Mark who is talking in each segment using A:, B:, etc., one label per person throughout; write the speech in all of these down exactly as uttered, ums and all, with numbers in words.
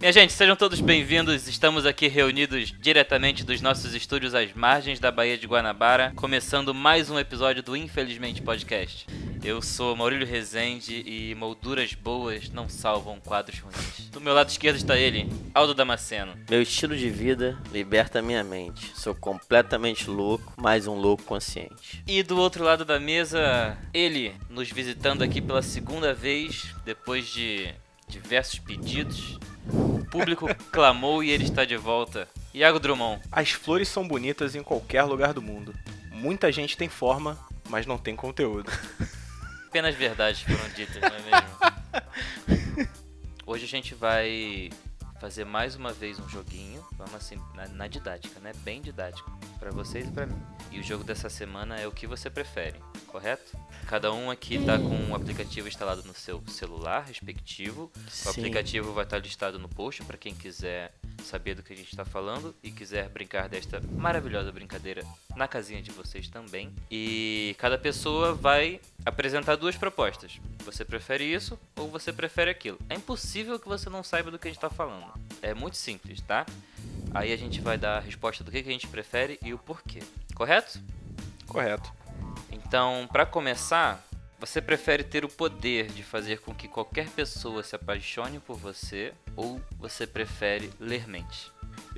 A: Minha gente, sejam todos bem-vindos. Estamos aqui reunidos diretamente dos nossos estúdios às margens da Baía de Guanabara, começando mais um episódio do Infelizmente Podcast. Eu sou Maurílio Rezende e molduras boas não salvam quadros ruins. Do meu lado esquerdo está ele, Aldo Damasceno.
B: Meu estilo de vida liberta minha mente. Sou completamente louco, mas um louco consciente.
A: E do outro lado da mesa, ele, nos visitando aqui pela segunda vez, depois de diversos pedidos. O público clamou e ele está de volta. Iago Drummond.
C: As flores são bonitas em qualquer lugar do mundo. Muita gente tem forma, mas não tem conteúdo.
A: Apenas verdades foram ditas, não é mesmo? Hoje a gente vai fazer mais uma vez um joguinho. Vamos assim, na, na didática, né? Bem didático. Pra vocês e pra mim. E o jogo dessa semana é o que você prefere, correto? Cada um aqui tá com um aplicativo instalado no seu celular respectivo.
B: Sim.
A: O aplicativo vai estar listado no post para quem quiser saber do que a gente está falando e quiser brincar desta maravilhosa brincadeira na casinha de vocês também. E cada pessoa vai apresentar duas propostas. Você prefere isso ou você prefere aquilo? É impossível que você não saiba do que a gente está falando. É muito simples, tá? Aí a gente vai dar a resposta do que a gente prefere e o porquê. Correto?
C: Correto.
A: Então, para começar, você prefere ter o poder de fazer com que qualquer pessoa se apaixone por você ou você prefere ler mente?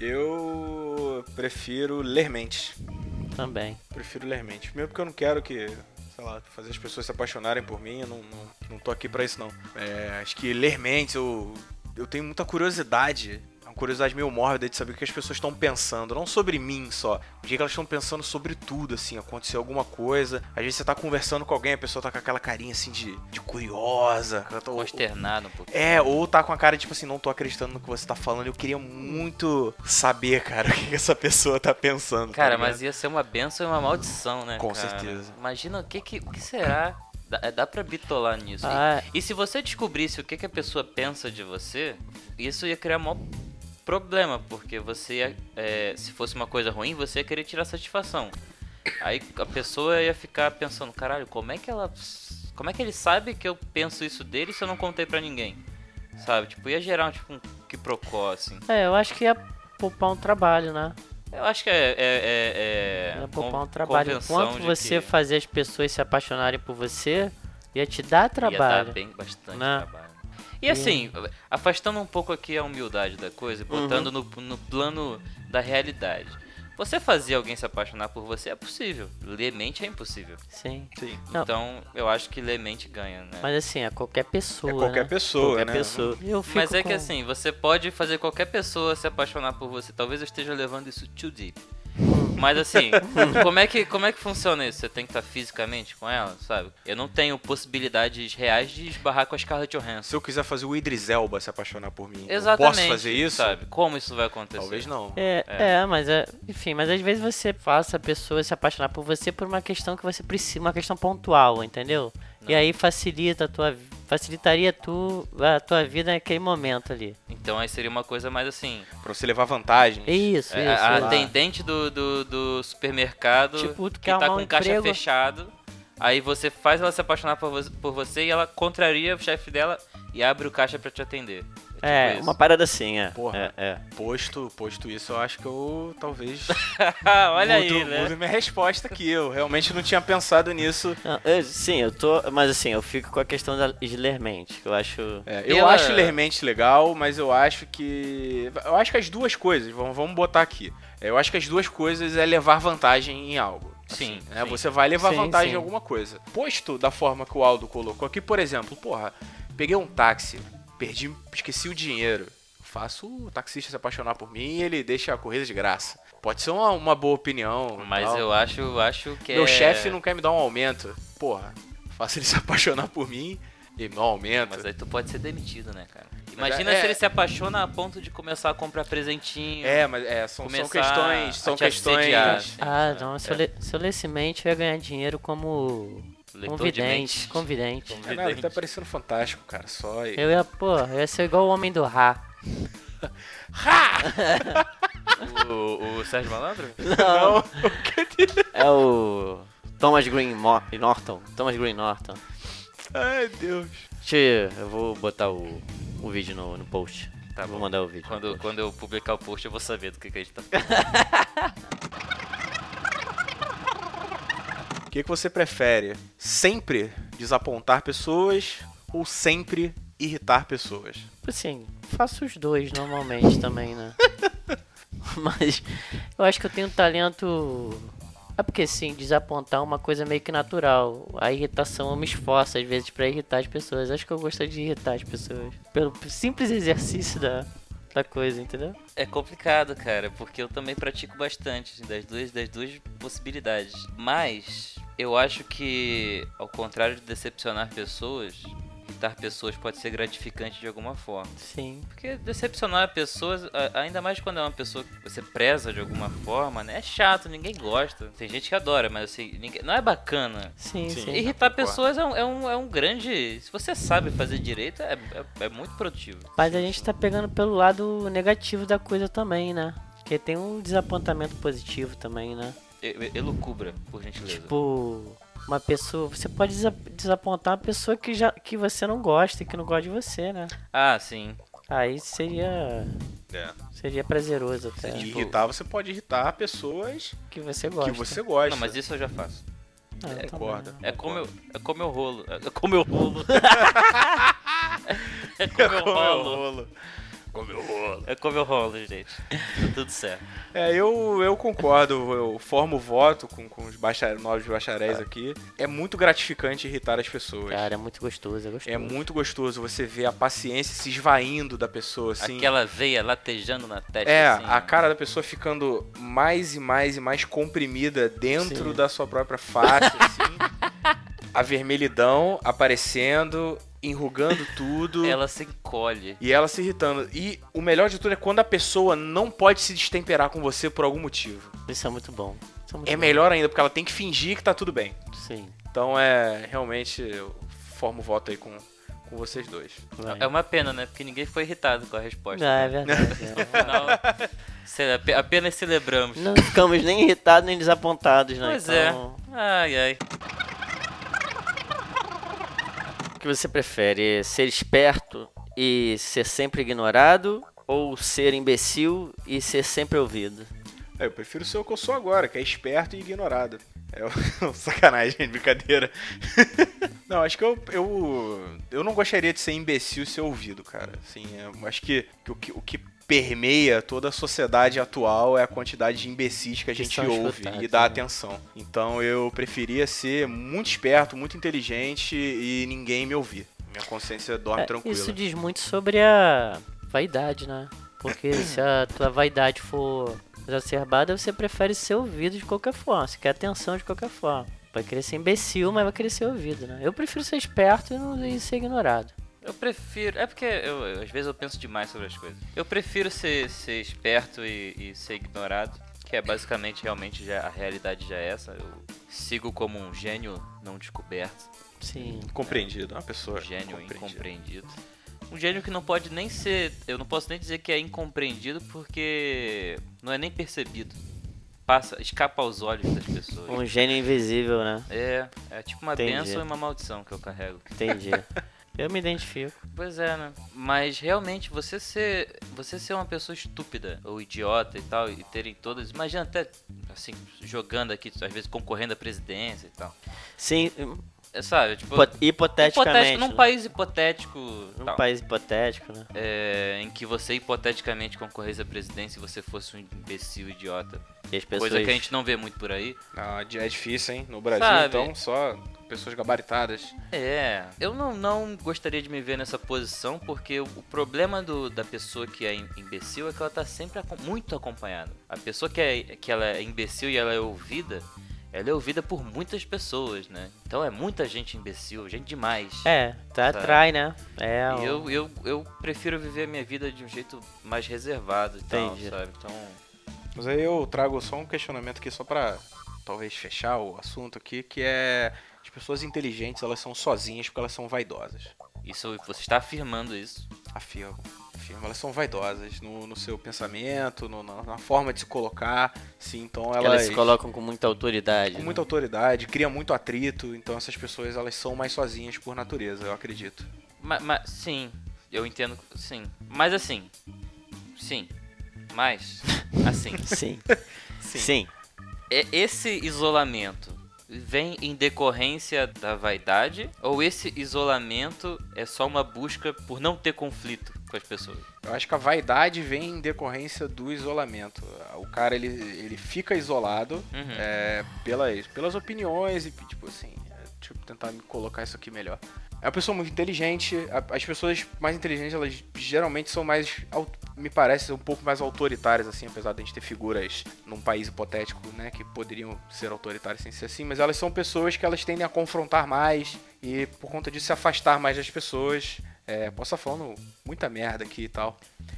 C: Eu prefiro ler mente.
B: Também.
C: Prefiro ler mente. Mesmo porque eu não quero que, sei lá, fazer as pessoas se apaixonarem por mim, eu não, não, não tô aqui pra isso não. É, acho que ler mente, eu, eu tenho muita curiosidade. Uma curiosidade meio mórbida de saber o que as pessoas estão pensando, não sobre mim só, o que elas estão pensando sobre tudo, assim, aconteceu alguma coisa, às vezes você tá conversando com alguém, a pessoa tá com aquela carinha assim de, de curiosa,
A: consternado um pouquinho.
C: É, ou tá com a cara tipo assim, não tô acreditando no que você tá falando, eu queria muito saber, cara, o que essa pessoa tá pensando.
A: Cara,
C: tá
A: mas ia ser uma benção e uma maldição, né,
C: Com
A: cara?
C: certeza.
A: Imagina o que, que, o que será... Dá, dá pra bitolar nisso.
B: Ah,
A: e, e se você descobrisse o que, que a pessoa pensa de você, isso ia criar maior problema, porque você ia, é, se fosse uma coisa ruim, você ia querer tirar satisfação. Aí a pessoa ia ficar pensando, caralho, como é que ela... Como é que ele sabe que eu penso isso dele se eu não contei pra ninguém? Sabe? Tipo, ia gerar um, tipo, um quiprocó, assim.
B: É, eu acho que ia poupar um trabalho, né?
A: Eu acho que é... é, é, é
B: Ia poupar um
A: con-
B: trabalho.
A: convenção
B: Enquanto
A: de
B: você
A: que
B: fazer as pessoas se apaixonarem por você, ia te dar
A: ia
B: trabalho.
A: dar bem, bastante
B: Né?
A: trabalho. E assim, afastando um pouco aqui a humildade da coisa, botando
B: Uhum.
A: no, no plano da realidade. Você fazer alguém se apaixonar por você é possível. Ler mente é impossível.
B: Sim.
C: Sim.
B: Não.
A: Então, eu acho que ler mente ganha, né?
B: Mas assim, é qualquer pessoa,
C: É qualquer
B: né?
C: pessoa,
B: qualquer
C: né?
B: pessoa. Eu fico
A: Mas é
B: com...
A: que assim, você pode fazer qualquer pessoa se apaixonar por você. Talvez eu esteja levando isso too deep. Mas assim, como é, que, como é que funciona isso? Você tem que estar fisicamente com ela, sabe? Eu não tenho possibilidades reais de esbarrar com a Scarlett Johansson.
C: Se eu quiser fazer o Idris Elba se apaixonar por mim,
A: Exatamente.
C: eu posso fazer isso?
A: Sabe? Como isso vai acontecer?
C: Talvez não.
B: É,
A: É.
B: é, mas é, enfim, mas às vezes você faça a pessoa se apaixonar por você por uma questão que você precisa, uma questão pontual, entendeu?
A: Não.
B: E aí facilita a tua, facilitaria tu, a tua vida naquele momento ali.
A: Então aí seria uma coisa mais assim.
C: Pra você levar vantagem.
B: Isso,
A: É,
B: isso.
A: a
B: isso.
A: atendente do, do, do supermercado
B: Tipo, tu
A: que
B: quer
A: tá
B: arrumar
A: com
B: um
A: caixa
B: emprego.
A: fechado. Aí você faz ela se apaixonar por você, por você e ela contraria o chefe dela e abre o caixa pra te atender.
B: É,
A: tipo
B: uma
A: isso.
B: parada assim, é.
C: Porra.
B: É, é.
C: Posto, posto isso, eu acho que eu talvez
A: Olha
C: mudo,
A: aí, né?
C: mudo minha resposta aqui. Eu realmente não tinha pensado nisso.
B: Não, eu- sim, eu tô. Mas assim, eu fico com a questão da, de ler mente, que eu acho.
C: É, eu
A: Pela-
C: acho ler mente legal, mas eu acho que... Eu acho que as duas coisas, vamos, vamos botar aqui. É, Eu acho que as duas coisas é levar vantagem em algo.
A: Sim,
C: Né?
A: sim.
C: Você vai levar
B: Sim,
C: vantagem
B: sim.
C: em alguma coisa. Posto da forma que o Aldo colocou aqui, por exemplo, porra, peguei um táxi, perdi, esqueci o dinheiro. Faço o taxista se apaixonar por mim e ele deixa a corrida de graça. Pode ser uma, uma boa opinião. e
A: Mas
C: tal.
A: eu acho, acho que
C: Meu
A: é...
C: chefe não quer me dar um aumento. Porra, faço ele se apaixonar por mim e me dá um aumento.
A: Mas aí tu pode ser demitido, né, cara?
C: Mas
A: Imagina
C: é-
A: se ele se apaixona a ponto de começar a comprar presentinho.
C: É, mas é, são, são
A: começar
C: questões.
A: a
C: São
A: te
C: questões.
A: assediar, assim.
B: Ah, não, se eu,
C: É.
B: le, se eu lesse mente, eu ia ganhar dinheiro como
A: Leitor de
B: convidente.
A: mente.
B: Convidente.
C: É nada, tá parecendo fantástico, cara. Só e...
B: Eu ia, pô, eu ia ser igual o homem do Ra.
A: O, o Sérgio Malandro?
B: Não. É o Thomas Green Mo- Norton. Thomas Green Norton.
C: Ai, Deus.
B: Deixa eu, eu vou botar o, o vídeo no, no post.
A: Tá
B: Vou
A: bom.
B: mandar o vídeo.
A: Quando,
B: depois.
A: quando eu publicar o post, eu vou saber do que, que a gente tá falando.
C: O que, que você prefere? Sempre desapontar pessoas ou sempre irritar pessoas?
B: Assim, faço os dois normalmente também, né? Mas eu acho que eu tenho um talento. É porque assim, desapontar é uma coisa meio que natural. A irritação eu me esforço às vezes pra irritar as pessoas. Acho que eu gosto de irritar as pessoas. Pelo simples exercício da, da coisa, entendeu?
A: É complicado, cara, porque eu também pratico bastante assim, das duas, das duas possibilidades. Mas eu acho que, ao contrário de decepcionar pessoas, irritar pessoas pode ser gratificante de alguma forma.
B: Sim.
A: Porque decepcionar pessoas, a- ainda mais quando é uma pessoa que você preza de alguma forma, né? É chato, ninguém gosta. Tem gente que adora, mas assim, ninguém- não é bacana.
B: Sim,
C: Sim.
B: sim.
A: Irritar
C: concordo.
A: pessoas é um, é, um, é um grande... Se você sabe fazer direito, é, é, é muito produtivo.
B: Mas a gente tá pegando pelo lado negativo da coisa também, né? Porque tem um desapontamento positivo também, né?
A: E- e- Elucubra, por gentileza.
B: Tipo, uma pessoa. Você pode desa- desapontar uma pessoa que, já, que você não gosta, que não gosta de você, né?
A: Ah, sim.
B: Aí seria.
C: É.
B: Seria prazeroso até.
C: E
A: Tipo-
C: irritar, você pode irritar pessoas
B: Que você gosta.
C: que você gosta.
A: Não, mas isso eu já faço.
B: Ah, eu também,
C: concorda.
B: né?
A: É como eu, é como eu rolo. É como eu rolo. É como eu rolo.
C: Como eu rolo.
A: É como eu rolo, gente. Tá tudo certo.
C: É, eu, eu concordo, eu formo voto com, com os bachar, novos bacharéis aqui. É muito gratificante irritar as pessoas.
B: Cara, é muito gostoso, é gostoso.
C: É muito gostoso você ver a paciência se esvaindo da pessoa, assim.
A: Aquela veia latejando na testa.
C: É,
A: assim,
C: a cara da pessoa ficando mais e mais e mais comprimida dentro
B: Sim.
C: da sua própria face, assim. A vermelhidão aparecendo, enrugando tudo.
A: Ela se encolhe.
C: E ela se irritando. E o melhor de tudo é quando a pessoa não pode se destemperar com você por algum motivo.
B: Isso é muito bom. Isso é muito
C: É
B: bom.
C: melhor ainda, porque ela tem que fingir que tá tudo bem.
B: Sim.
C: Então é, realmente, eu formo voto aí com, com vocês dois.
B: Vai.
A: É uma pena, né? Porque ninguém foi irritado com a resposta.
B: Não, é verdade.
A: No final, ce- ape- apenas celebramos.
B: Não ficamos nem irritados nem desapontados, né?
A: Pois
B: Então,
A: é. Ai, ai.
B: O que você prefere? Ser esperto e ser sempre ignorado? Ou ser imbecil e ser sempre ouvido?
C: É, eu prefiro ser o que eu sou agora, que é esperto e ignorado. É o- sacanagem, brincadeira. Não, acho que eu, eu, eu não gostaria de ser imbecil e ser ouvido, cara. Assim, eu acho que, que o que o que permeia toda a sociedade atual é a quantidade de imbecis que a
B: Que
C: gente
B: são
C: ouve
B: escutados,
C: e dá
B: né?
C: atenção. Então eu preferia ser muito esperto, muito inteligente e ninguém me ouvir. Minha consciência dorme
B: É,
C: tranquila.
B: isso diz muito sobre a vaidade, né? Porque se a tua vaidade for exacerbada, você prefere ser ouvido de qualquer forma. Você quer atenção de qualquer forma. Vai querer ser imbecil, mas vai querer ser ouvido, né? Eu prefiro ser esperto e, não, e ser ignorado.
A: Eu prefiro. É porque eu, eu- às vezes eu penso demais sobre as coisas. Eu prefiro ser, ser esperto e, e ser ignorado. Que é basicamente, realmente, já, a realidade já é essa. Eu sigo como um gênio não descoberto.
B: Sim.
C: Compreendido, uma pessoa
A: Um gênio
C: compreendida.
A: incompreendido. Um gênio que não pode nem ser. Eu não posso nem dizer que é incompreendido porque não é nem percebido. Passa, escapa aos olhos das pessoas.
B: Um gênio invisível, né?
A: É, é tipo uma
B: Entendi.
A: bênção e uma maldição que eu carrego.
B: Entendi. Eu me identifico.
A: Pois é, né? Mas realmente você ser, você ser uma pessoa estúpida ou idiota e tal e terem todas, imagina até assim jogando aqui, às vezes concorrendo à presidência e tal.
B: Sim,
A: É, sabe, tipo,
B: hipo- hipoteticamente.
A: hipotético, num país hipotético,
B: Num
A: tal,
B: país hipotético, né?
A: é, em que você hipoteticamente concorresse à presidência e você fosse um imbecil idiota.
B: E as pessoas...
A: Coisa que a gente não vê muito por aí.
C: Não, é difícil, hein? No Brasil,
A: Sabe?
C: então, só pessoas gabaritadas.
A: É, eu não, não gostaria de me ver nessa posição, porque o, o problema do, da pessoa que é im- imbecil é que ela tá sempre acom- muito acompanhada. A pessoa que, é, que ela é imbecil e ela é ouvida, ela é ouvida por muitas pessoas, né? Então é muita gente imbecil, gente demais.
B: É, tá,
A: Sabe?
B: atrai, né? É,
A: E
B: o-
A: eu, eu, eu prefiro viver a minha vida de um jeito mais reservado e tal,
B: Entendi.
A: sabe? Então,
C: Mas aí eu trago só um questionamento aqui, só pra talvez fechar o assunto aqui, que é... As pessoas inteligentes, elas são sozinhas porque elas são vaidosas.
A: isso, você está afirmando isso.
C: Afirmo. Afirmo. Elas são vaidosas no, no seu pensamento, no- na, na forma de se colocar. Sim, então
B: que
C: elas...
B: elas se colocam com muita autoridade.
C: com
B: né?
C: muita autoridade, cria muito atrito, então essas pessoas elas são mais sozinhas por natureza, eu acredito.
A: Mas, mas sim, eu entendo, sim. Mas assim, sim. Mas, assim.
B: Sim.
C: Sim.
B: Sim.
A: É, esse isolamento vem em decorrência da vaidade ou esse isolamento é só uma busca por não ter conflito com as pessoas?
C: Eu acho que a vaidade vem em decorrência do isolamento. O cara, ele, ele fica isolado
A: Uhum.
C: é, pelas, pelas opiniões e, tipo assim, é, deixa eu tentar me colocar isso aqui melhor. É uma pessoa muito inteligente, a- as pessoas mais inteligentes, elas geralmente são mais, au- me parece, um pouco mais autoritárias, assim, apesar de a gente ter figuras num país hipotético, né, que poderiam ser autoritárias sem ser assim, mas elas são pessoas que elas tendem a confrontar mais e, por conta disso, se afastar mais das pessoas. É, posso estar falando muita merda aqui e tal.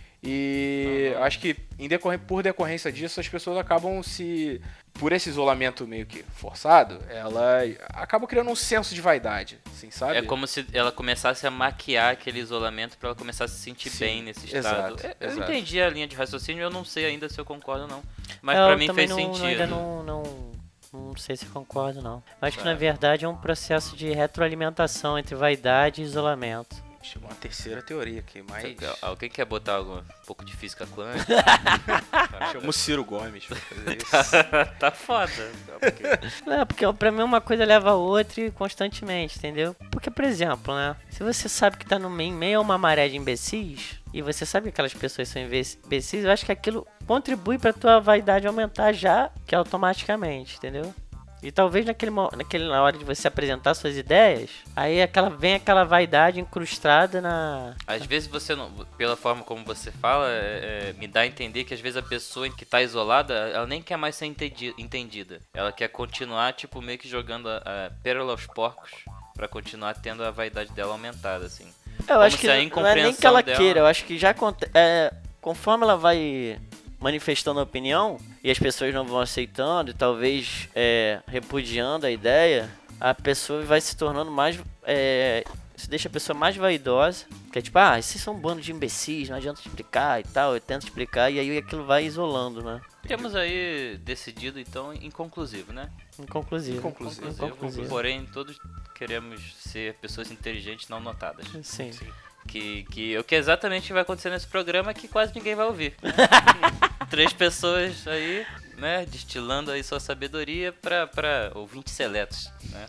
C: E
A: Uhum.
C: acho que em decorren- por decorrência disso, as pessoas acabam se... Por esse isolamento meio que forçado, ela acaba criando um senso de vaidade, assim, sabe?
A: É como se ela começasse a maquiar aquele isolamento pra ela começar a se sentir
C: Sim,
A: bem nesse estado.
C: exato,
A: É, eu
C: exato.
A: entendi a linha de raciocínio, eu não sei ainda se eu concordo ou não. Mas
B: Eu
A: pra mim
B: também
A: fez
B: não,
A: sentido.
B: ainda não, não, não sei se concordo, não. Acho que,
A: Tá.
B: na verdade, é um processo de retroalimentação entre vaidade e isolamento.
C: Chegou uma terceira teoria aqui, mas...
A: Alguém quer botar algo um pouco de física quântica?
C: Chama o Ciro Gomes pra fazer isso.
A: Tá foda.
B: É, porque pra mim uma coisa leva a outra e constantemente, entendeu? Porque, por exemplo, né? Se você sabe que tá no meio, meio a uma maré de imbecis, e você sabe que aquelas pessoas são imbe- imbecis, eu acho que aquilo contribui pra tua vaidade aumentar já, que é automaticamente, entendeu? E talvez naquele, mo- naquele, na hora de você apresentar suas ideias, aí aquela, vem aquela vaidade incrustada na...
A: Às vezes você não, pela forma como você fala, é, é, me dá a entender que às vezes a pessoa que tá isolada, ela nem quer mais ser entendi- entendida. Ela quer continuar, tipo, meio que jogando a, a pérola aos porcos pra continuar tendo a vaidade dela aumentada, assim.
B: Eu
A: Como
B: acho
A: se
B: que
A: a
B: não é nem que
A: incompreensão
B: ela
A: dela-
B: queira, eu acho que já aconte- é, conforme ela vai manifestando a opinião e as pessoas não vão aceitando e talvez é, repudiando a ideia, a pessoa vai se tornando mais. É, isso deixa a pessoa mais vaidosa. Que é tipo, ah, esses são um bando de imbecis, não adianta explicar e tal. Eu tento explicar e aí aquilo vai isolando, né?
A: Temos aí decidido, então, inconclusivo, né?
B: Inconclusivo.
C: Inconclusivo.
B: Inconclusivo.
A: Porém, todos queremos ser pessoas inteligentes não notadas.
B: Sim.
A: Que, que o que exatamente vai acontecer nesse programa é que quase ninguém vai ouvir. Três pessoas aí, né, destilando aí sua sabedoria pra, pra ouvintes seletos, né?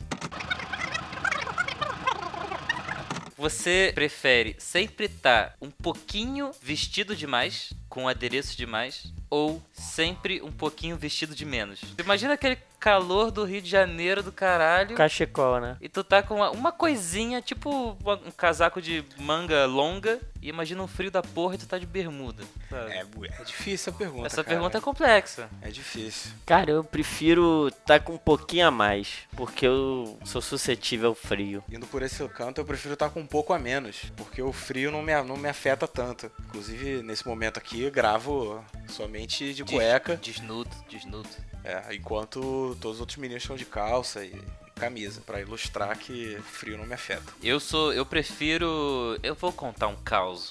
A: Você prefere sempre estar um pouquinho vestido demais, com adereço demais, ou sempre um pouquinho vestido de menos? Imagina aquele calor do Rio de Janeiro do caralho.
B: Cachecol, né?
A: E tu tá com uma, uma coisinha, tipo uma- um casaco de manga longa. E imagina um frio da porra e tu tá de bermuda. sabe?
C: É, é difícil a pergunta,
A: Essa
C: cara.
A: pergunta é complexa.
C: É difícil.
B: Cara, eu prefiro estar com um pouquinho a mais, porque eu sou suscetível ao frio.
C: Indo por esse canto, eu prefiro estar com um pouco a menos, porque o frio não me, não me afeta tanto. Inclusive, nesse momento aqui, eu gravo somente de cueca,
A: Desnudo, desnudo.
C: é, enquanto todos os outros meninos estão de calça e camisa, pra ilustrar que frio não me afeta.
A: Eu sou. Eu prefiro. Eu vou contar um caos.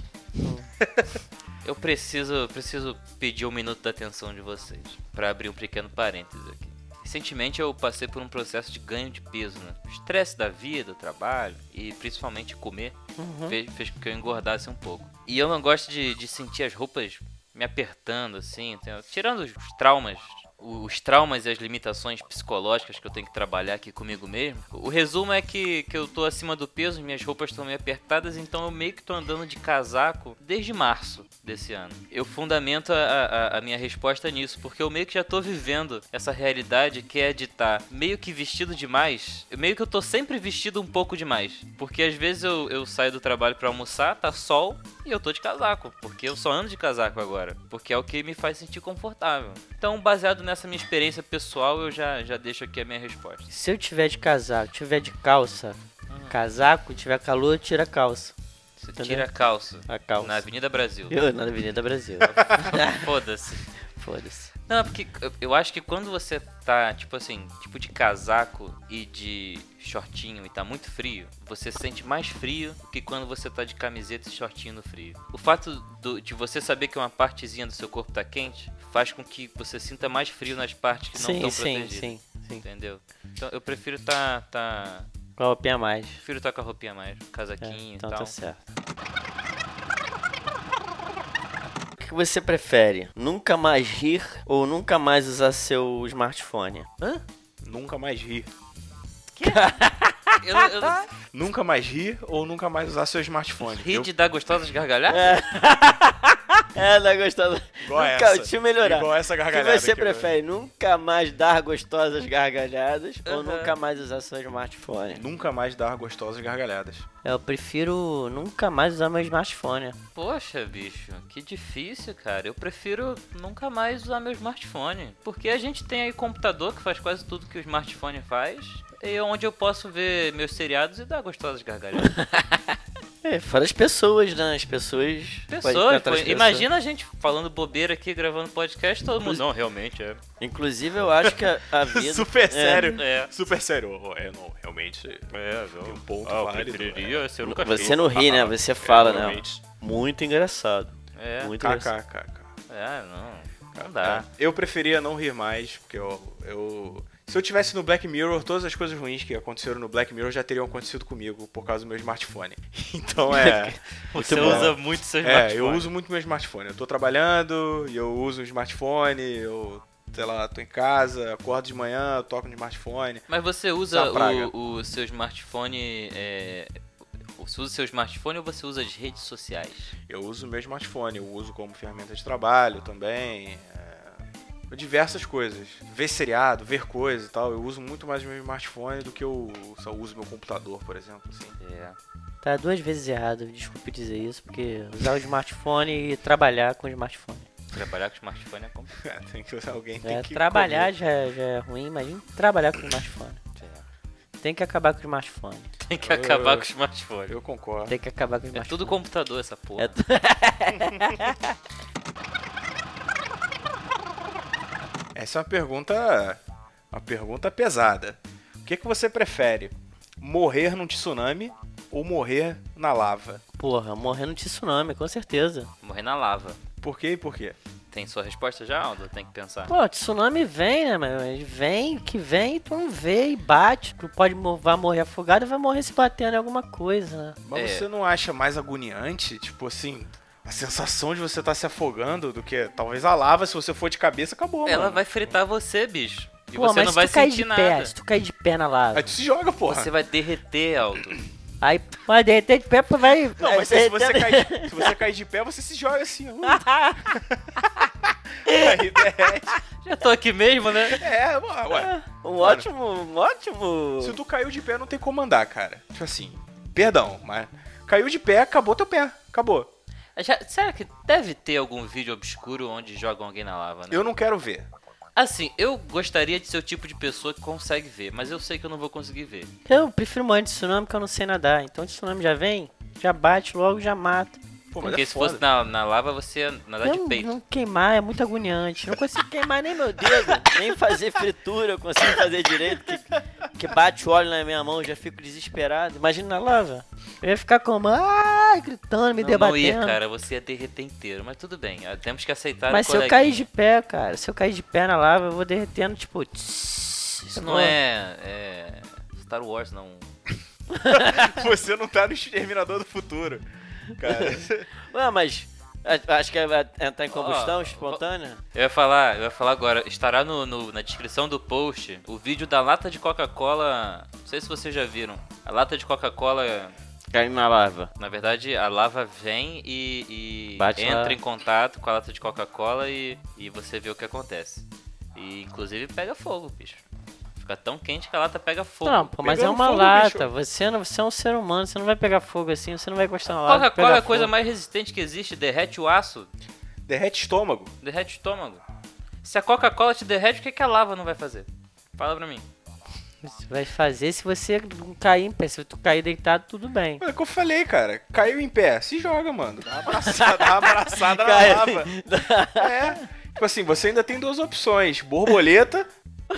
A: Eu preciso, preciso pedir um minuto da atenção de vocês pra abrir um pequeno parênteses aqui. Recentemente eu passei por um processo de ganho de peso, né? O estresse da vida, do trabalho e principalmente comer
B: Uhum.
A: fez, fez com que eu engordasse um pouco. E eu não gosto de, de sentir as roupas me apertando assim, entendeu? Tirando os traumas, os traumas e as limitações psicológicas que eu tenho que trabalhar aqui comigo mesmo. O resumo é que, que eu tô acima do peso, minhas roupas estão meio apertadas, então eu meio que tô andando de casaco desde março desse ano. Eu fundamento a, a, a minha resposta nisso, porque eu meio que já tô vivendo essa realidade que é de estar meio que vestido demais. Eu meio que eu tô sempre vestido um pouco demais, porque às vezes eu, eu saio do trabalho pra almoçar, tá sol, e eu tô de casaco, porque eu só ando de casaco agora, porque é o que me faz sentir confortável. Então, baseado nessa minha experiência pessoal, eu já, já deixo aqui a minha resposta.
B: Se eu tiver de casaco, tiver de calça, casaco, tiver calor, tira a calça.
A: Você
B: Entendeu?
A: tira a calça
B: A calça.
A: na Avenida Brasil.
B: Eu, na Avenida Brasil.
A: Foda-se.
B: Foda-se.
A: Não, porque eu- eu acho que quando você tá, tipo assim, tipo de casaco e de shortinho e tá muito frio, você sente mais frio do que quando você tá de camiseta e shortinho no frio. O fato do- de você saber que uma partezinha do seu corpo tá quente faz com que você sinta mais frio nas partes que não
B: Sim,
A: estão
B: sim,
A: protegidas.
B: sim, sim.
A: Entendeu? Então eu prefiro tá, tá,
B: Com a roupinha a mais.
A: prefiro tá com a roupinha mais,
B: É,
A: casaquinho
B: então
A: e tal.
B: tá certo.
D: você prefere? Nunca mais rir ou nunca mais usar seu smartphone?
B: Hã?
C: Nunca mais rir.
A: Eu, eu,
C: Nunca mais rir ou nunca mais usar seu smartphone.
A: ri
C: Eu-
A: de dar gostosas gargalhadas?
D: É. É, não gostosa.
C: Igual
D: Nunca,
C: essa.
D: deixa eu melhorar.
C: Igual essa
D: O que
C: gargalhada
D: você
C: aqui,
D: prefere? Nunca mais dar gostosas gargalhadas ou
A: Aham.
D: nunca mais usar seu smartphone?
C: Nunca mais dar gostosas gargalhadas.
B: Eu prefiro nunca mais usar meu smartphone.
A: Poxa, bicho, que difícil, cara. Eu prefiro nunca mais usar meu smartphone. Porque a gente tem aí computador que faz quase tudo que o smartphone faz. E onde eu posso ver meus seriados e dar gostosas gargalhadas.
D: É, fora as pessoas, né? As pessoas... pode
A: Pessoas,
D: encontrar
A: pô,
D: as pessoas.
A: imagina a gente falando bobeira aqui, gravando podcast, todo mundo... Não, realmente, é.
D: Inclusive, eu acho que a, a vida...
C: Super
D: é,
C: sério.
A: É.
C: Super sério. Oh, é, não, realmente.
A: É,
C: Tem um ponto
A: ah, eu
C: válido.
A: preferiria se eu nunca
D: Você
A: fiz.
D: não ri, né? Você fala,
C: É,
D: né?
C: realmente.
D: Muito engraçado.
A: É,
D: Muito engraçado.
C: KKK.
A: é, não, não dá.
C: Eu preferia não rir mais, porque eu, eu... Se eu tivesse no Black Mirror, todas as coisas ruins que aconteceram no Black Mirror já teriam acontecido comigo por causa do meu smartphone. Então é...
A: Você
C: bom.
A: usa muito seu smartphone.
C: É, eu uso muito meu smartphone. Eu tô trabalhando e eu uso o smartphone, eu, sei lá, tô em casa, acordo de manhã, eu toco no smartphone.
A: Mas você usa
C: Essa praga.
A: o, o seu smartphone... É... Você usa o seu smartphone ou você usa as redes sociais?
C: Eu uso o meu smartphone, eu uso como ferramenta de trabalho também, é, diversas coisas. Ver seriado, ver coisa e tal. Eu uso muito mais o meu smartphone do que eu só uso meu computador, por exemplo. Assim.
A: É.
B: Tá duas vezes errado, desculpe dizer isso, porque usar o smartphone e trabalhar com o smartphone.
A: Trabalhar com smartphone é complicado.
C: tem que alguém tem
B: É,
C: que
B: trabalhar
C: comer.
B: já, é- já é ruim, imagina trabalhar com o smartphone. Tem que acabar com o smartphone.
A: Tem que
C: Eu-
A: acabar
C: eu-
A: com o smartphone.
C: Eu concordo.
B: Tem que acabar com o
A: É
B: smartphone.
A: tudo computador essa porra.
B: É tu-
C: Essa é uma pergunta, uma pergunta pesada. O que, que você prefere? Morrer num tsunami ou morrer na lava?
B: Porra, morrendo de tsunami, com certeza.
A: Morrer na lava.
C: Por quê e por quê?
A: Tem sua resposta já, Aldo? Tem que pensar.
B: Pô, tsunami vem, né, mano? Ele vem, que vem, tu não vê e bate. Tu pode mo- vai morrer afogado e vai morrer se batendo em alguma coisa, né?
C: Mas
A: É.
C: você não acha mais agoniante, tipo assim, a sensação de você estar se afogando do que talvez a lava, se você for de cabeça, acabou,
A: Ela
C: mano.
A: vai fritar você, bicho. E
B: Pô,
A: você
B: mas
A: não
B: se
A: vai
B: tu cair
A: sentir
B: de
A: nada.
B: pé, se tu cair de pé na lava,
C: Aí tu se joga, porra.
A: Você vai derreter, Aldo.
B: aí, mas de repente de pé tu vai...
C: Não, mas se, se você cair, se você cair de pé, você se joga assim, ó. Aí derrete.
A: Já tô aqui mesmo, né?
C: É, ué, ué.
D: Um ótimo, um ótimo...
C: Se tu caiu de pé, não tem como andar, cara. Tipo assim, perdão, mas caiu de pé, acabou teu pé. Acabou.
A: Já, será que deve ter algum vídeo obscuro onde jogam alguém na lava, né?
C: Eu não quero ver.
A: Assim, eu gostaria de ser o tipo de pessoa que consegue ver, mas eu sei que eu não vou conseguir ver.
B: Eu prefiro morrer de tsunami porque eu não sei nadar. Então o tsunami já vem, já bate logo, já mata.
C: Pô, mas
A: Porque
C: é
A: se
C: foda.
A: fosse na, na lava, você ia nadar de
B: Não,
A: peito.
B: não queimar é muito agoniante. Não consigo queimar nem meu dedo.
D: Nem fazer fritura eu consigo fazer direito, que, que bate o óleo na minha mão, eu já fico desesperado.
B: Imagina na lava. Eu ia ficar como, ah, gritando, me
A: Não, não ia,
B: debatendo.
A: cara, você ia derreter inteiro, mas tudo bem, ah, temos que aceitar
B: Mas
A: o
B: se eu
A: coleguinha.
B: cair de pé, cara, se eu cair de pé na lava, eu vou derretendo, tipo...
A: Isso não é, é Star Wars, não.
C: Você não tá no Exterminador do Futuro. Cara.
D: Ué, mas a- acho que vai entrar em combustão
A: Ó,
D: espontânea.
A: Eu ia falar, eu ia falar agora, estará no, no- na descrição do post o vídeo da lata de Coca-Cola, não sei se vocês já viram, a lata de Coca-Cola,
D: Caindo na lava.
A: na verdade a lava vem e, e
B: Bate
A: entra
B: lá.
A: em contato com a lata de Coca-Cola e, e você vê o que acontece. E inclusive pega fogo, bicho. Fica tão quente que a lata pega fogo.
B: Não, pô, mas é
C: Pegando
B: uma
C: fogo,
B: lata.
C: bicho.
B: Você, não, você é um ser humano, você não vai pegar fogo assim, você não vai encostar na lava.
A: Coca-Cola é
B: pegar
A: a coisa
B: fogo.
A: mais resistente que existe, derrete o aço,
C: Derrete estômago.
A: derrete o estômago. Se a Coca-Cola te derrete, o que, que a lava não vai fazer? Fala pra mim.
B: Você vai fazer se você não cair em pé. Se tu cair deitado, tudo bem.
C: Olha o que eu falei, cara. Caiu em pé, se joga, mano. Dá uma abraçada, dá uma abraçada na
D: Cai-
C: lava. É. Tipo assim, você ainda tem duas opções: borboleta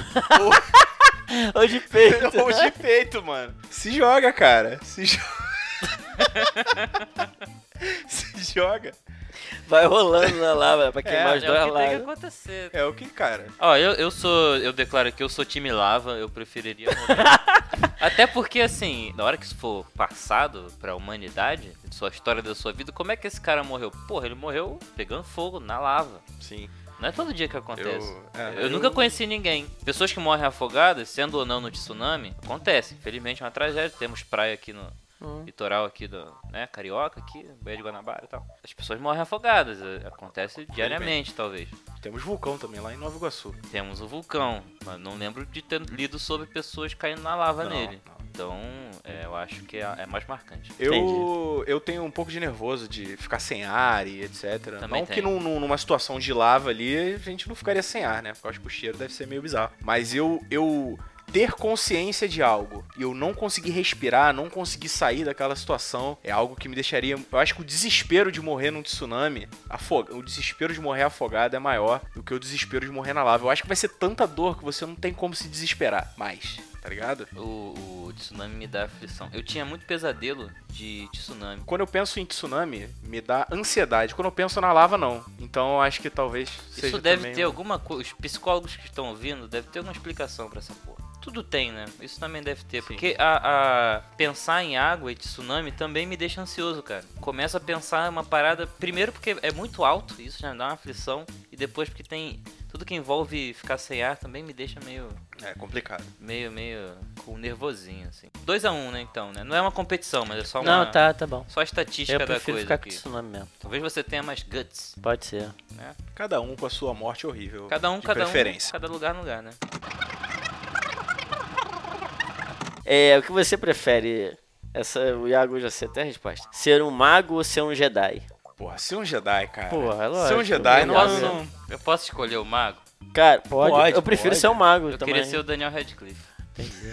D: Ou de peito.
C: ou de peito, mano. Se joga, cara. Se joga. Se joga.
D: Vai rolando na lava pra queimar
C: É,
D: os
A: É
D: dois
A: o que tem que
D: lados.
A: acontecer.
C: É o que, cara?
A: Ó, eu, eu sou. Eu declaro que eu sou time lava, eu preferiria morrer. Até porque, assim, na hora que isso for passado pra humanidade, sua história da sua vida, como é que esse cara morreu? Porra, ele morreu pegando fogo na lava.
C: Sim.
A: Não é todo dia que acontece.
C: Eu, é,
A: Eu, nunca conheci ninguém. Pessoas que morrem afogadas, sendo ou não no tsunami, acontece. Infelizmente é uma tragédia. Temos praia aqui no
B: Hum.
A: litoral aqui do, né, Carioca, aqui, Baía de Guanabara e tal. As pessoas morrem afogadas. é, Acontece diariamente, talvez.
C: Temos vulcão também lá em Nova Iguaçu.
A: Temos o vulcão, mas não lembro de ter lido sobre pessoas caindo na lava
C: Não,
A: nele.
C: não.
A: Então, é, eu acho que é, é mais marcante.
C: Eu, eu tenho um pouco de nervoso de ficar sem ar e etcétera.
A: Também
C: Não
A: tenho.
C: que num, num- numa situação de lava ali a gente não ficaria sem ar, né? Porque eu acho que o cheiro deve ser meio bizarro. Mas eu, eu ter consciência de algo e eu não conseguir respirar, não conseguir sair daquela situação é algo que me deixaria... Eu acho que o desespero de morrer num tsunami, afog... o desespero de morrer afogado é maior do que o desespero de morrer na lava. Eu acho que vai ser tanta dor que você não tem como se desesperar mais, tá ligado?
A: O, o tsunami me dá aflição. Eu tinha muito pesadelo de tsunami.
C: Quando eu penso em tsunami, me dá ansiedade. Quando eu penso na lava, não. Então eu acho que talvez seja
A: Isso deve
C: também
A: ter
C: um-
A: alguma coisa. Os psicólogos que estão ouvindo devem ter alguma explicação pra essa porra. Tudo tem, né? Isso também deve ter.
C: Sim.
A: Porque a, a pensar em água e tsunami também me deixa ansioso, cara. Começo a pensar uma parada. Primeiro porque é muito alto, isso já me dá uma aflição. E depois porque tem. Tudo que envolve ficar sem ar também me deixa meio.
C: É complicado.
A: Meio, meio. Com nervosinho, assim. dois a um, né, então, né? Não é uma competição, mas é só uma.
B: Não, tá, tá bom.
A: Só a estatística
B: Eu
A: da
B: prefiro
A: coisa
B: ficar com
A: aqui.
B: tsunami mesmo.
A: Talvez você tenha mais guts,
B: Pode ser.
A: né?
C: Cada um com a sua morte horrível.
A: Cada um,
C: de
A: cada
C: preferência.
A: um, cada lugar, lugar, né?
D: É, o que você prefere? Essa, o Iago já sei até a resposta. Ser um mago ou ser um Jedi?
C: Porra, ser um Jedi, cara.
B: Porra, é
C: Ser um
B: lógico.
C: Jedi
A: Eu
C: não,
A: posso,
C: não...
A: eu posso escolher o mago?
D: Cara, pode.
C: Pode,
D: eu prefiro
C: pode.
D: ser um mago
A: Eu
D: também.
A: queria ser o Daniel Radcliffe.
B: Entendi.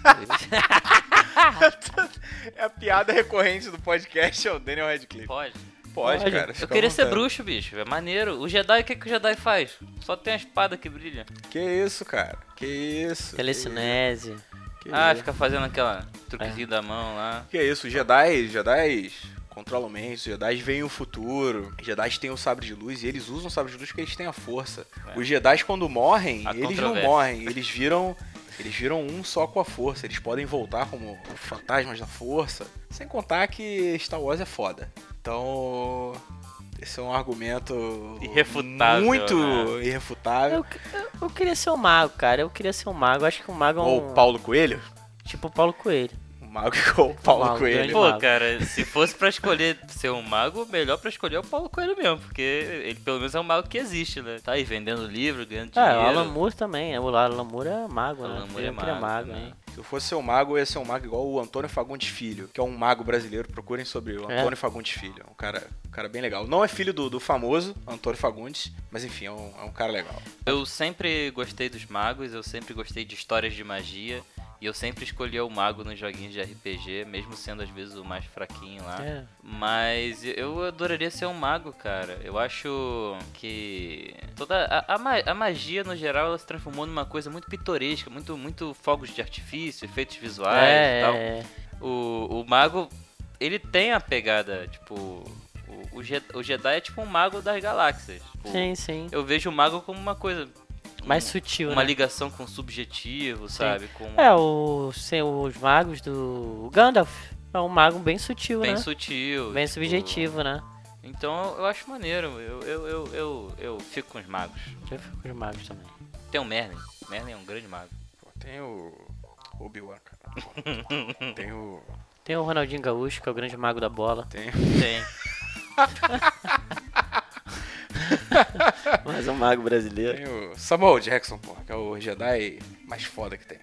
C: É a piada recorrente do podcast, é o Daniel Radcliffe.
A: Pode.
C: Pode,
B: Pode.
C: cara.
A: Eu
C: fica à
A: queria ser
C: vontade.
A: bruxo, bicho. É maneiro. O Jedi, o que, que o Jedi faz? Só tem a espada que brilha.
C: Que isso, cara. Que isso.
B: Telecinese.
C: Que
A: Ah,
C: isso.
A: fica fazendo aquela truquezinho da mão lá.
C: Que isso, Jedi, Jedi controlam mentes, Jedi veem o futuro, Jedi têm o sabre de luz e eles usam o sabre de luz porque eles têm a força.
A: É.
C: Os Jedi quando morrem,
A: Há
C: eles não
A: controvérsia.
C: morrem, eles viram, eles viram um só com a força, eles podem voltar como fantasmas da força, sem contar que Star Wars é foda. Então, esse é um argumento
A: Irrefutável,
C: muito
A: né?
C: irrefutável.
B: Eu, eu, eu queria ser um mago, cara. Eu queria ser um mago. Acho que um mago é um.
C: Ou Paulo Coelho,
B: Tipo o Paulo Coelho.
C: um mago igual o Paulo
B: mago,
C: Coelho.
B: grande
A: Pô,
B: mago.
A: cara, se fosse pra escolher ser um mago, melhor pra escolher é o Paulo Coelho mesmo. Porque ele pelo menos é um mago que existe, né? Tá aí vendendo livro, ganhando
B: Ah,
A: dinheiro.
B: o Alan Moore também. O Alan Moore é mago,
A: O
B: né?
A: Alan Moore
B: Eu
A: é
B: queria
A: mago
B: mago,
A: também.
B: né?
C: Se eu fosse ser um mago, eu ia ser um mago igual o Antônio Fagundes Filho, que é um mago brasileiro. Procurem sobre o
B: É?
C: Antônio Fagundes Filho. É um cara, um cara bem legal. Não é filho do, do famoso Antônio Fagundes, mas enfim, é um, é um cara legal.
A: Eu sempre gostei dos magos, eu sempre gostei de histórias de magia. E eu sempre escolhia o mago nos joguinhos de R P G, mesmo sendo às vezes o mais fraquinho lá.
B: É.
A: Mas eu adoraria ser um mago, cara. Eu acho que toda a, a, ma- a magia no geral ela se transformou numa coisa muito pitoresca, muito, muito fogos de artifício, efeitos visuais e tal.
B: É, é.
A: O, o mago, ele tem a pegada, tipo, o, o, Je- o Jedi é tipo um mago das galáxias. Tipo,
B: Sim, sim.
A: eu vejo o mago como uma coisa,
B: Mais
A: um-
B: sutil,
A: uma
B: né?
A: ligação com o subjetivo, sabe? Com
B: É, o, sem os magos do o Gandalf é um mago bem sutil,
A: bem
B: né?
A: sutil.
B: Bem
A: tipo,
B: subjetivo, né?
A: Então eu acho maneiro, eu, eu, eu, eu, eu fico com os magos.
B: Eu fico com os magos também.
A: Tem o Merlin, Merlin é um grande mago.
C: Pô, tem o Obi-Wan, cara. Pô, tem o...
B: Tem o Ronaldinho Gaúcho, que é o grande mago da bola.
C: Tem...
A: Tem.
D: Mais um mago brasileiro.
C: Tem o Samuel Jackson, pô, que é o Jedi mais foda que tem.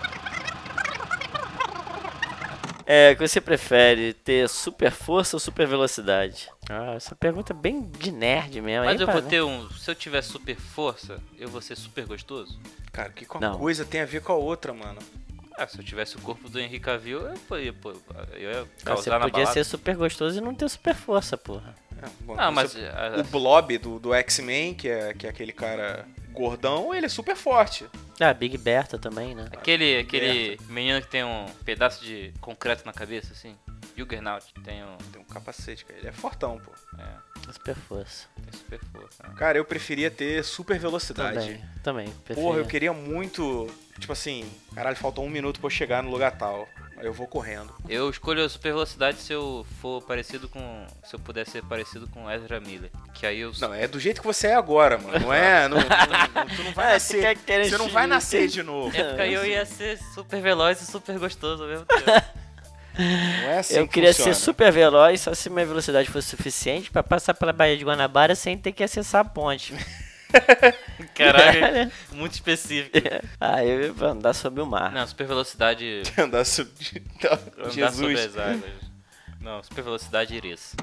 D: É, o que você prefere? Ter super força ou super velocidade?
B: Ah, essa pergunta é bem de nerd mesmo.
A: Mas
B: aí,
A: eu vou
B: pá,
A: ter um. Se eu tiver super força, eu vou ser super gostoso?
C: Cara, o que uma
B: Não.
C: coisa tem a ver com a outra, mano?
A: Ah, se eu tivesse o corpo do Henry Cavill, eu, pô, eu, pô, eu ia
B: Ah, Você
A: causar na
B: podia
A: balada.
B: ser super gostoso e não ter super força, porra.
C: É, bom,
A: Ah, mas
C: você-
A: a-
C: o Blob do, do X-Men, que é, que é aquele cara gordão, ele é super forte.
B: Ah, Big Bertha também, né?
A: aquele, aquele menino que tem um pedaço de concreto na cabeça, assim. Juggernaut, tem um.
C: Tem um capacete, cara. Ele é fortão, pô.
A: É.
B: Super força.
A: Tem super força. Né?
C: Cara, eu preferia ter super velocidade.
B: Também, também. Preferia.
C: Porra, eu queria muito... Tipo assim, caralho, faltou um minuto pra eu chegar no lugar tal. Aí eu vou correndo.
A: Eu escolho a super velocidade se eu for parecido com... Se eu puder ser parecido com Ezra Miller. Que aí eu...
C: Não, é do jeito que você é agora, mano. Não é... Não, não, não, tu não vai
D: É,
C: nascer...
D: você quer ter
C: Você não
D: esse-
C: vai nascer de novo.
A: É porque aí eu ia ser super veloz e super gostoso ao mesmo tempo.
C: Não é assim
D: Eu
C: que
D: queria
C: funciona.
D: ser super veloz, só se minha velocidade fosse suficiente pra passar pela Baía de Guanabara sem ter que acessar a ponte.
A: Caralho, muito específico.
D: Ah, eu ia andar sobre o mar.
A: Não, super velocidade...
C: Andar sobre...
A: Andar sobre
C: Jesus.
A: as águas. Não, super velocidade iris.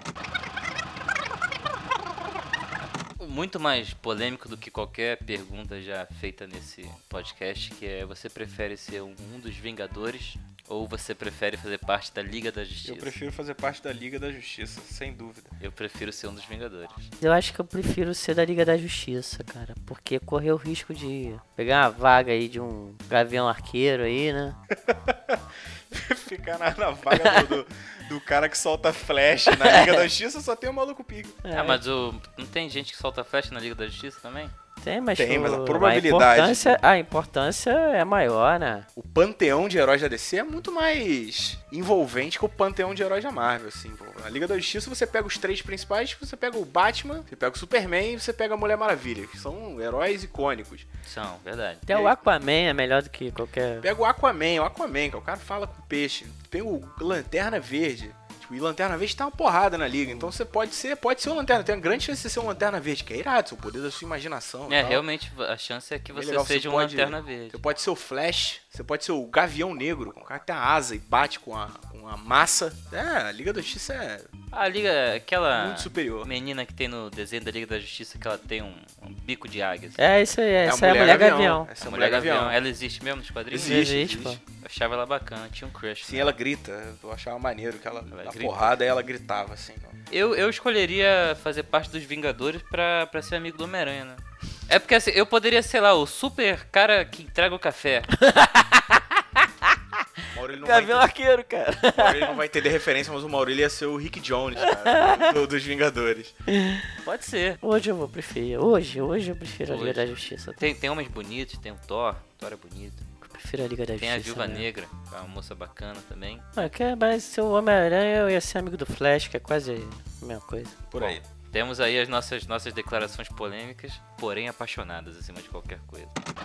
A: Muito mais polêmico do que qualquer pergunta já feita nesse podcast, que é: você prefere ser um, um dos Vingadores ou você prefere fazer parte da Liga da Justiça?
C: Eu prefiro fazer parte da Liga da Justiça, sem dúvida.
A: Eu prefiro ser um dos Vingadores.
B: Eu acho que eu prefiro ser da Liga da Justiça, cara. Porque correr o risco de pegar uma vaga aí de um gavião arqueiro aí, né?
C: Ficar na, na vaga do, do, do cara que solta flash na Liga da Justiça, só tem o maluco pico.
B: É,
A: Ah, mas o, não tem gente que solta flecha na Liga da Justiça também?
B: Tem, mas,
C: Tem, mas a
B: o-
C: probabilidade-
B: A importância, a importância é maior, né?
C: O panteão de heróis da D C é muito mais envolvente que o panteão de heróis da Marvel, assim, pô. Na Liga da Justiça você pega os três principais, você pega o Batman, você pega o Superman e você pega a Mulher Maravilha, que são heróis icônicos.
A: São, verdade.
B: Até o Aquaman é melhor do que qualquer...
C: Pega o Aquaman, o Aquaman, que o cara fala com peixe. Tem o Lanterna Verde. Tipo, e Lanterna Verde tá uma porrada na liga. Então você pode ser, pode ser um Lanterna. Tem uma grande chance de você ser um Lanterna Verde, que é irado, seu poder da sua imaginação. e
A: É,
C: tal.
A: realmente a chance é que
C: Bem
A: você
C: legal,
A: seja
C: você
A: um
C: pode-
A: Lanterna Verde.
C: Você pode ser o Flash, você pode ser o Gavião Negro, um cara que tem a asa e bate com a, com a massa. É, a Liga da Justiça é
A: A Liga, aquela
C: muito superior.
A: menina que tem no desenho da Liga da Justiça, que ela tem um, um bico de águia. assim.
B: É isso aí, essa é a Mulher Gavião.
C: Essa é a
A: Mulher
C: Mulher Gavião.
A: Ela existe mesmo nos quadrinhos?
C: Existe,
B: existe,
C: existe.
B: pô.
A: Eu achava ela bacana, tinha um crush.
C: Sim,
A: nela.
C: ela grita. Eu achava maneiro que ela,
A: Ela
C: na
A: grita.
C: porrada, ela gritava assim. Não.
A: Eu, eu escolheria fazer parte dos Vingadores pra, pra ser amigo do Homem-Aranha, né? É porque assim, eu poderia, sei lá, o super cara que entrega o café.
C: O Maurílio não, vai
D: Gavião
C: entender,
D: arqueiro, cara.
C: o Maurílio não vai entender referência, mas o Maurílio ia ser o Rick Jones, cara, do- dos Vingadores.
A: Pode ser.
B: Hoje eu vou preferir. Hoje, hoje eu prefiro a Liga
A: Hoje.
B: da Justiça.
A: Tem, tem homens bonitos, tem o Thor, Thor é bonito.
B: Eu prefiro a Liga da
A: Tem
B: Justiça.
A: a Viúva
B: mesmo.
A: Negra, que é uma moça bacana também.
B: Ah, que é, mas se o Homem-Aranha eu ia ser amigo do Flash, que é quase a mesma coisa.
C: Por aí.
A: Temos aí as nossas, nossas declarações polêmicas, porém apaixonadas acima de qualquer coisa.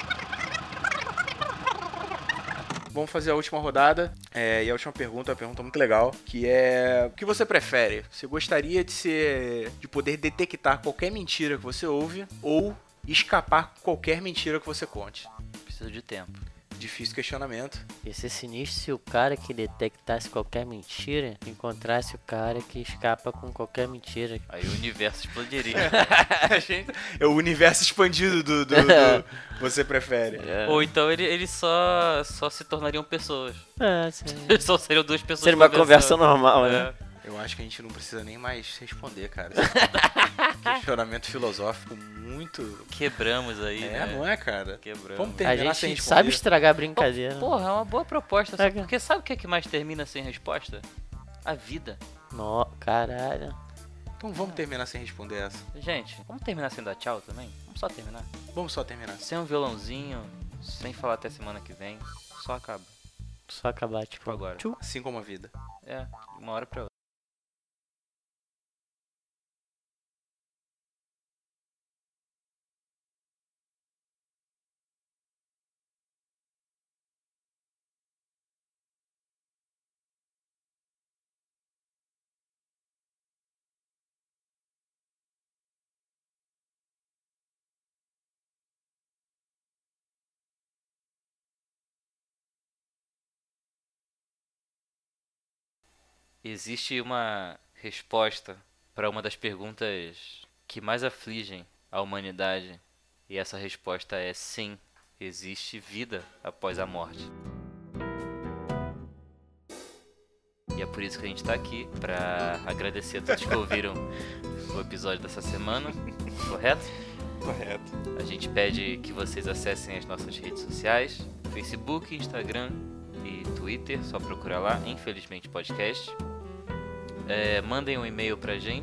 C: Vamos fazer a última rodada. É, e a última pergunta é uma pergunta muito legal, que é: o que você prefere? Você gostaria de ser, de poder detectar qualquer mentira que você ouve ou escapar com qualquer mentira que você conte?
A: Preciso de tempo.
C: Difícil questionamento.
B: Ia ser sinistro se o cara que detectasse qualquer mentira encontrasse o cara que escapa com qualquer mentira.
A: Aí o universo explodiria.
C: A gente- é o universo expandido do, do- do você prefere.
B: É.
A: Ou então ele, eles só, só se tornariam pessoas.
B: É, sim.
A: Só seriam duas pessoas
D: Seria uma conversa
A: conversando.
D: normal, né?
A: É.
C: Eu acho que a gente não precisa nem mais responder, cara. Questionamento filosófico muito.
A: Quebramos aí,
C: É,
A: né?
C: não é, cara?
A: Quebramos.
C: Vamos
B: A
C: terminar sem
B: gente
C: responder.
B: sabe estragar a brincadeira.
A: Porra, é uma boa proposta.
B: É
A: Só
B: que-
A: porque sabe o que é que mais termina sem resposta? A vida.
B: No, caralho.
C: Então vamos terminar sem responder essa.
A: Gente, vamos terminar sem dar tchau também? Vamos só terminar.
C: Vamos só terminar.
A: Sem um violãozinho, sem falar até semana que vem. Só acaba.
B: Só acabar, tipo,
A: Tipo agora.
B: tchu.
C: Assim como a vida.
A: É, de uma hora pra outra. Existe uma resposta para uma das perguntas que mais afligem a humanidade. E essa resposta é sim, existe vida após a morte. E é por isso que a gente está aqui, para agradecer a todos que ouviram o episódio dessa semana, correto?
C: Correto.
A: A gente pede que vocês acessem as nossas redes sociais, Facebook, Instagram e Twitter, só procurar lá, Infelizmente Podcast. É, mandem um e-mail pra gente,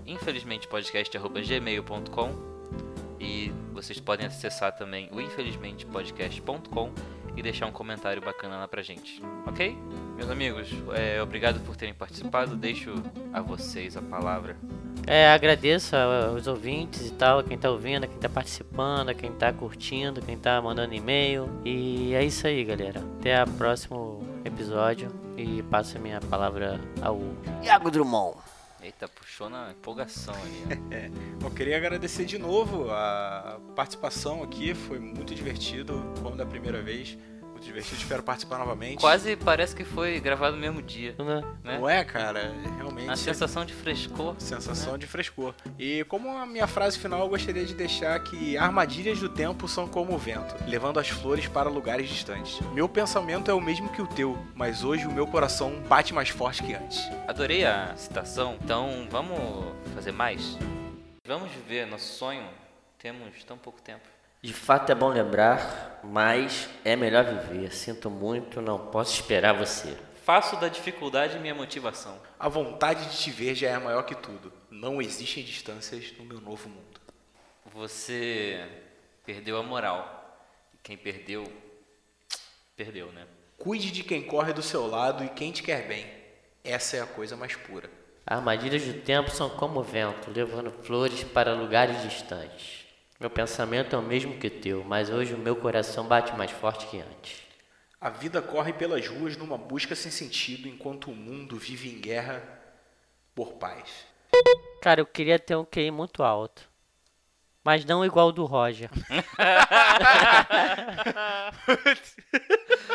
A: infelizmente podcast arroba gmail ponto com e vocês podem acessar também o infelizmente podcast ponto com e deixar um comentário bacana lá pra gente, ok? Meus amigos, é, obrigado por terem participado, deixo a vocês a palavra.
B: É, agradeço aos ouvintes e tal, a quem tá ouvindo, a quem tá participando, a quem tá curtindo, quem tá mandando e-mail. E é isso aí, galera. Até o próximo episódio e passo a minha palavra ao Iago Drummond.
A: Eita, puxou na empolgação ali, né?
C: Eu queria agradecer de novo a participação aqui, foi muito divertido, como da primeira vez. Muito divertido, espero participar novamente.
A: Quase parece que foi gravado no mesmo dia,
B: Né?
A: né?
C: Não é, cara? Realmente.
A: A sensação de frescor.
C: Sensação
A: né?
C: de frescor. E como a minha frase final, eu gostaria de deixar que armadilhas do tempo são como o vento, levando as flores para lugares distantes. Meu pensamento é o mesmo que o teu, mas hoje o meu coração bate mais forte que antes.
A: Adorei a citação, então vamos fazer mais? Vamos viver nosso sonho? Temos tão pouco tempo.
D: De fato é bom lembrar, mas é melhor viver. Sinto muito, não posso esperar você.
A: Faço da dificuldade minha motivação.
C: A vontade de te ver já é maior que tudo. Não existem distâncias no meu novo mundo.
A: Você perdeu a moral. Quem perdeu, perdeu, né?
C: Cuide de quem corre do seu lado e quem te quer bem. Essa é a coisa mais pura.
B: Armadilhas do tempo são como o vento, levando flores para lugares distantes. Meu pensamento é o mesmo que o teu, mas hoje o meu coração bate mais forte que antes.
C: A vida corre pelas ruas numa busca sem sentido, enquanto o mundo vive em guerra por paz.
B: Cara, eu queria ter um Q I muito alto. Mas não igual o do Roger.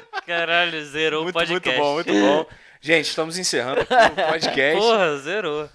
A: Caralho, zerou o
C: Muito,
A: podcast.
C: muito bom, muito bom. Gente, estamos encerrando aqui o podcast.
A: Porra, zerou.